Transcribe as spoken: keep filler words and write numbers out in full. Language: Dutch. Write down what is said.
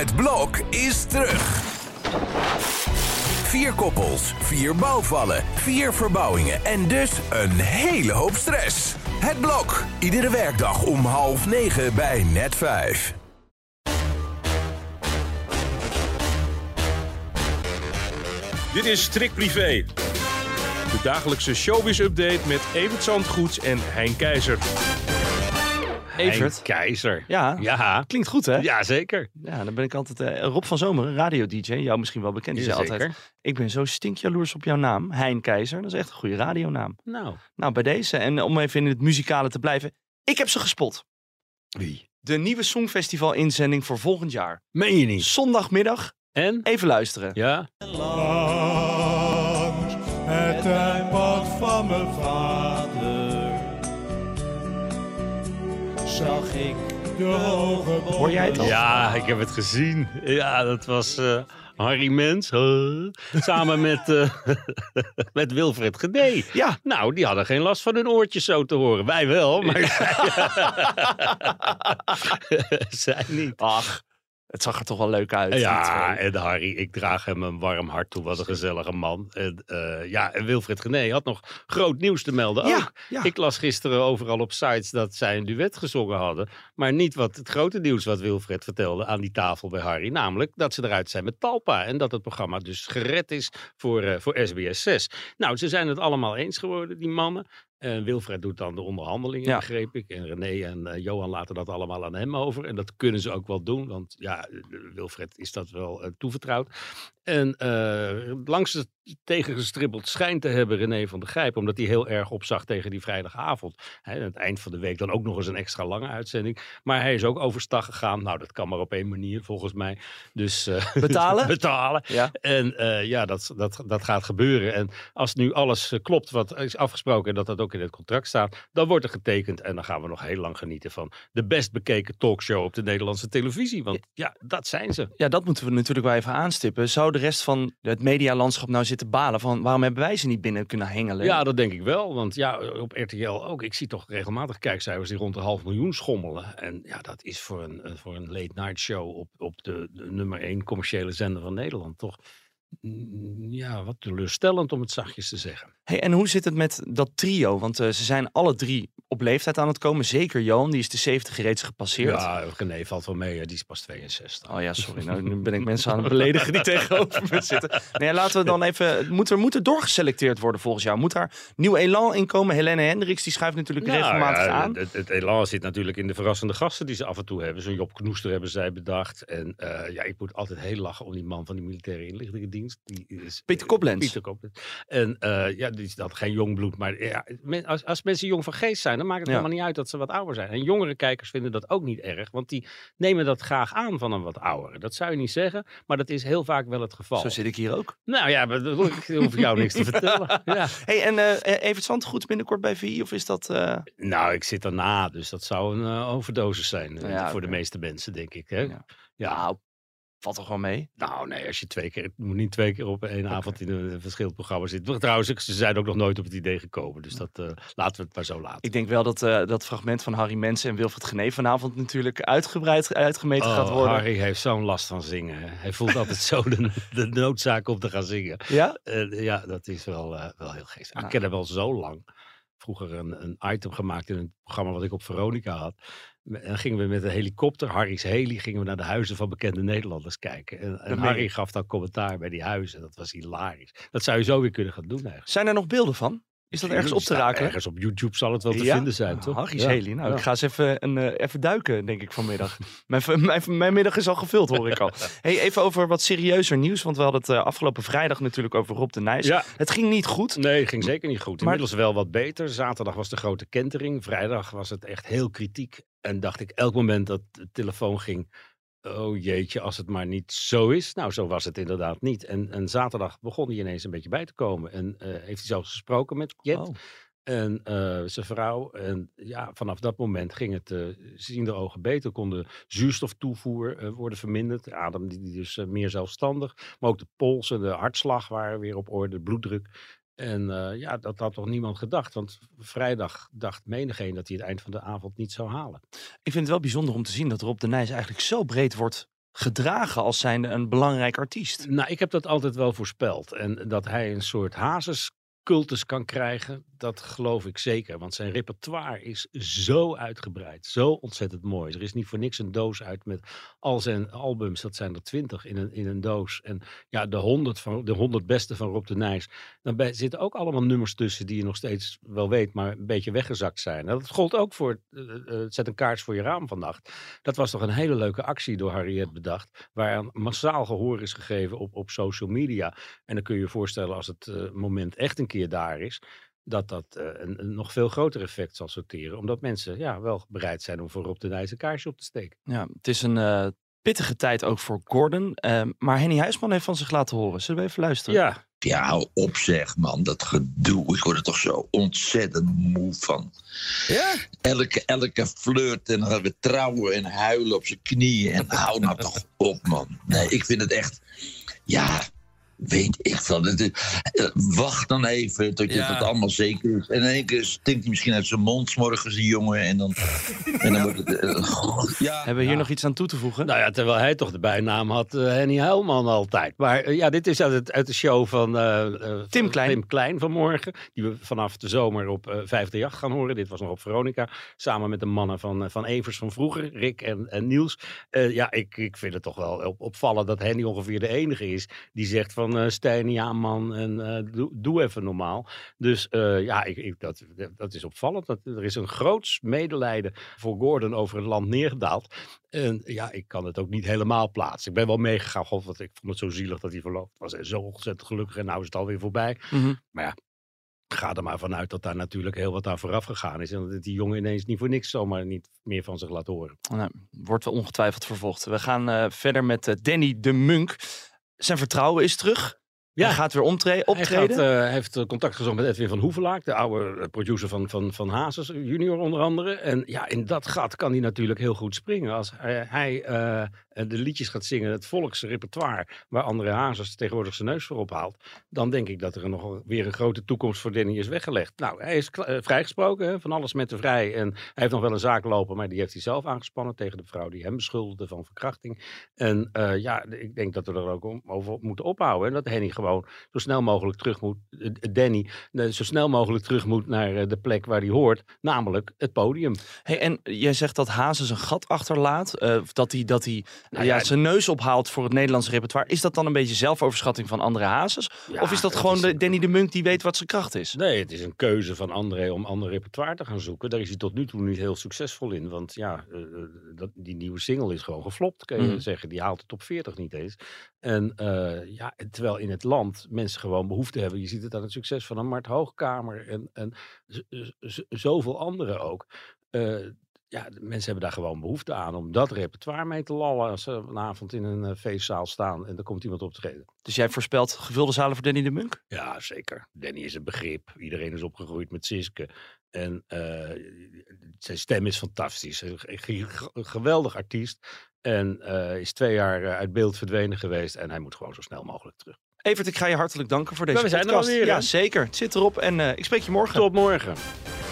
Het blok is terug. Vier koppels, vier bouwvallen, vier verbouwingen en dus een hele hoop stress. Het blok, iedere werkdag om half negen bij Net vijf. Dit is Trick Privé. De dagelijkse showbiz-update met Evert Zandgoeds en Hein Keizer. Evert. Hein Keizer. Ja, Ja. klinkt goed hè? Ja, zeker. Ja, dan ben ik altijd... Uh, Rob van Zomer, radio-dj, jou misschien wel bekend. Die Ja, zei zeker. altijd, ik ben zo stinkjaloers op jouw naam, Hein Keizer. Dat is echt een goede radionaam. Nou. Nou, bij deze. En om even in het muzikale te blijven. Ik heb ze gespot. Wie? De nieuwe Songfestival-inzending voor volgend jaar. Meen je niet? Zondagmiddag. En? Even luisteren. Ja? Langs het tuinpad van mijn vader zag ik de hoge bomen. Hoor jij het al? Ja, ik heb het gezien. Ja, dat was uh, Harry Mens. Huh? Samen met, uh, met Wilfred Genee. Ja. Nou, die hadden geen last van hun oortjes zo te horen. Wij wel, maar zij, zij niet. Ach, het zag er toch wel leuk uit. Ja, die twee. en Harry, ik draag hem een warm hart toe. Wat een gezellige man. En, uh, ja, en Wilfred Genee had nog groot nieuws te melden Ja, ook. ja. Ik las gisteren overal op sites dat zij een duet gezongen hadden. Maar niet wat het grote nieuws wat Wilfred vertelde aan die tafel bij Harry. Namelijk dat ze eruit zijn met Talpa. En dat het programma dus gered is voor, uh, voor S B S zes. Nou, ze zijn het allemaal eens geworden, die mannen. En Wilfred doet dan de onderhandelingen, Ja. begreep ik. En René en uh, Johan laten dat allemaal aan hem over. En dat kunnen ze ook wel doen. Want ja, Wilfred is dat wel uh, toevertrouwd. En uh, langs het tegengestribbeld schijnt te hebben René van der Gijp. Omdat hij heel erg opzag tegen die vrijdagavond. Hè, aan het eind van de week dan ook nog eens een extra lange uitzending. Maar hij is ook overstag gegaan. Nou, dat kan maar op één manier volgens mij. Dus uh, Betalen? betalen. Ja. En uh, ja, dat, dat, dat gaat gebeuren. En als nu alles uh, klopt wat is afgesproken en dat dat ook in het contract staat, dan wordt er getekend en dan gaan we nog heel lang genieten van de best bekeken talkshow op de Nederlandse televisie. Want ja, dat zijn ze. Ja, dat moeten we natuurlijk wel even aanstippen. Zou de rest van het medialandschap nou zitten balen van waarom hebben wij ze niet binnen kunnen hengelen? Ja, dat denk ik wel. Want ja, op R T L ook. Ik zie toch regelmatig kijkcijfers die rond de half miljoen schommelen. En ja, dat is voor een, voor een late night show op, op de, de nummer één commerciële zender van Nederland toch, ja, wat teleurstellend om het zachtjes te zeggen. Hey, en hoe zit het met dat trio? Want uh, ze zijn alle drie op leeftijd aan het komen. Zeker Johan, die is de zeventig reeds gepasseerd. Ja, René valt wel mee. Die is pas tweeënzestig. Oh ja, sorry. Nou, nu ben ik mensen aan het beledigen die tegenover me zitten. Nee, laten we dan even... Moet er, moet er doorgeselecteerd worden volgens jou? Moet daar nieuw elan in komen? Helene Hendricks, die schuift natuurlijk Nou, regelmatig ja, aan. Het, het elan zit natuurlijk in de verrassende gasten die ze af en toe hebben. Zo'n Job Knoester hebben zij bedacht. En uh, ja, ik moet altijd heel lachen om die man van die militaire inlichtingendienst. Die is, Pieter Koblenz. Pieter Koblenz. En uh, ja, die had geen jong bloed. Maar ja, als, als mensen jong van geest zijn, dan maakt het Ja. helemaal niet uit dat ze wat ouder zijn. En jongere kijkers vinden dat ook niet erg. Want die nemen dat graag aan van een wat oudere. Dat zou je niet zeggen, maar dat is heel vaak wel het geval. Zo zit ik hier ook. Nou ja, maar dat hoef ik hoef jou niks te vertellen. Ja. Hey, en uh, Evert Zandgoed binnenkort bij V I? Of is dat... Uh... Nou, ik zit erna, dus dat zou een uh, overdosis zijn. uh, Ja, voor oké. de meeste mensen, denk ik. Hè? Ja. Ja. Nou, valt toch wel mee? Nou, nee, als je twee keer, het moet niet twee keer op één okay. avond in een verschillend programma zitten. Trouwens, ze zijn ook nog nooit op het idee gekomen. Dus dat uh, laten we het maar zo laten. Ik denk wel dat uh, dat fragment van Harry Mensen en Wilfred Genee vanavond natuurlijk uitgebreid uitgemeten oh, gaat worden. Harry heeft zo'n last van zingen. Hè. Hij voelt altijd zo de, de noodzaak om te gaan zingen. Ja? Uh, ja, dat is wel, uh, wel heel geestig. Nou. Ik ken hem wel zo lang. Vroeger een, een item gemaakt in een programma wat ik op Veronica had. En dan gingen we met een helikopter, Harry's heli, gingen we naar de huizen van bekende Nederlanders kijken. En, en Harry gaf dan commentaar bij die huizen. Dat was hilarisch. Dat zou je zo weer kunnen gaan doen eigenlijk. Zijn er nog beelden van? Is dat ergens op te raken? Ergens op YouTube zal het wel te ja? vinden zijn, toch? Harry's ja. heli. Nou, ja. ik ga eens even, een, uh, even duiken, denk ik, vanmiddag. mijn, mijn, mijn middag is al gevuld, hoor ik al. Hey, even over wat serieuzer nieuws, want we hadden het uh, afgelopen vrijdag natuurlijk over Rob de Nijs. Ja. Het ging niet goed. Nee, het ging zeker niet goed. Maar... Inmiddels wel wat beter. Zaterdag was de grote kentering. Vrijdag was het echt heel kritiek. En dacht ik, elk moment dat de telefoon ging, oh jeetje, als het maar niet zo is. Nou, zo was het inderdaad niet. En, en zaterdag begon hij ineens een beetje bij te komen. En uh, heeft hij zelfs gesproken met Jet. Oh. En uh, zijn vrouw. En ja, vanaf dat moment ging het uh, zien de ogen beter. Kon de zuurstoftoevoer uh, worden verminderd. Adem die dus uh, meer zelfstandig. Maar ook de pols en de hartslag waren weer op orde. De bloeddruk. En uh, ja, dat had toch niemand gedacht. Want vrijdag dacht menigeen dat hij het eind van de avond niet zou halen. Ik vind het wel bijzonder om te zien dat Rob de Nijs eigenlijk zo breed wordt gedragen als zijnde een belangrijk artiest. Nou, ik heb dat altijd wel voorspeld. En dat hij een soort hazescultus kan krijgen, dat geloof ik zeker. Want zijn repertoire is zo uitgebreid, zo ontzettend mooi. Er is niet voor niks een doos uit met al zijn albums. Dat zijn er twintig in een, in een doos. En ja, de honderd van de honderd beste van Rob de Nijs. Daarbij zitten ook allemaal nummers tussen die je nog steeds wel weet, maar een beetje weggezakt zijn. En dat gold ook voor uh, uh, Zet een kaars voor je raam vannacht. Dat was toch een hele leuke actie door Harriet bedacht, waar massaal gehoor is gegeven op, op social media. En dan kun je je voorstellen als het uh, moment echt een keer daar is, dat dat uh, een, een nog veel groter effect zal sorteren. Omdat mensen ja, wel bereid zijn om voor Rob de Nijs een kaarsje op te steken. Ja, het is een uh, pittige tijd ook voor Gordon. Uh, maar Henny Huisman heeft van zich laten horen. Zullen we even luisteren? Ja. Ja, hou op zeg man, dat gedoe. Ik word er toch zo ontzettend moe van. Ja? Elke, elke flirt en dan gaan we trouwen en huilen op zijn knieën. En hou nou toch op man. Nee, ik vind het echt... Ja... Weet ik veel. Wacht dan even tot je Ja. het allemaal zeker is. En in één keer stinkt hij misschien uit zijn mond 's morgens, die jongen. En dan, en dan wordt het... Uh, goh, ja. Hebben we hier Ja. nog iets aan toe te voegen? Nou ja, terwijl hij toch de bijnaam had, uh, Henny Huilman altijd. Maar uh, ja, dit is uit, het, uit de show van uh, uh, Tim Klein. Tim Klein vanmorgen. Die we vanaf de zomer op uh, vijf drie acht gaan horen. Dit was nog op Veronica. Samen met de mannen van, uh, van Evers van vroeger, Rick en, en Niels. Uh, ja, ik, ik vind het toch wel op, opvallend dat Henny ongeveer de enige is die zegt van uh, Stijn, ja man, en uh, doe, doe even normaal. Dus uh, ja, ik, ik, dat, dat is opvallend. Dat, er is een groots medelijden voor Gordon over het land neergedaald. En ja, ik kan het ook niet helemaal plaatsen. Ik ben wel meegegaan, god, want ik vond het zo zielig dat hij verloofd was. En zo ontzettend gelukkig en nou is het alweer voorbij. Mm-hmm. Maar ja, ga er maar vanuit dat daar natuurlijk heel wat aan vooraf gegaan is. En dat die jongen ineens niet voor niks zomaar niet meer van zich laat horen. Nou, wordt wel ongetwijfeld vervolgd. We gaan uh, verder met uh, Danny de Munk. Zijn vertrouwen is terug. Ja. Hij gaat weer omtre- optreden. Hij gaat, uh, heeft contact gezocht met Edwin van Hoevelaak, de oude producer van, van, van Hazes junior onder andere. En ja, in dat gat kan hij natuurlijk heel goed springen. Als hij, hij uh, de liedjes gaat zingen, het volksrepertoire, waar André Hazes tegenwoordig zijn neus voor ophaalt, dan denk ik dat er nog weer een grote toekomst voor Danny is weggelegd. Nou, hij is uh, vrijgesproken, hè, van alles met de vrij. En hij heeft nog wel een zaak lopen, maar die heeft hij zelf aangespannen tegen de vrouw die hem beschuldigde van verkrachting. En uh, ja, ik denk dat we er ook om, over moeten ophouden. En dat Henny gewoon zo snel mogelijk terug moet, uh, Danny, uh, zo snel mogelijk terug moet naar uh, de plek waar hij hoort, namelijk het podium. Hey, en jij zegt dat Hazes een gat achterlaat, uh, dat hij, dat hij Nou ja, ja, zijn neus ophaalt voor het Nederlandse repertoire. Is dat dan een beetje zelfoverschatting van andere Hazes? Ja, of is dat het gewoon is de een- Danny de Munk die weet wat zijn kracht is? Nee, het is een keuze van André om ander repertoire te gaan zoeken. Daar is hij tot nu toe niet heel succesvol in. Want ja, uh, dat, die nieuwe single is gewoon geflopt, kan je Mhm. zeggen. Die haalt de top veertig niet eens. En uh, ja, terwijl in het land mensen gewoon behoefte hebben. Je ziet het aan het succes van een Mart Hoogkamer en, en z- z- zoveel anderen ook. Uh, ja, de mensen hebben daar gewoon behoefte aan om dat repertoire mee te lallen als ze vanavond in een uh, feestzaal staan en er komt iemand optreden. Dus jij voorspelt gevulde zalen voor Danny de Munk? Ja, zeker. Danny is een begrip. Iedereen is opgegroeid met Siske. En uh, zijn stem is fantastisch. Een ge- ge- geweldig artiest. En uh, is twee jaar uh, uit beeld verdwenen geweest. En hij moet gewoon zo snel mogelijk terug. Evert, ik ga je hartelijk danken voor deze Maar we zijn er podcast. alweer, hè? Ja, zeker. Het zit erop en uh, ik spreek je morgen. Tot morgen.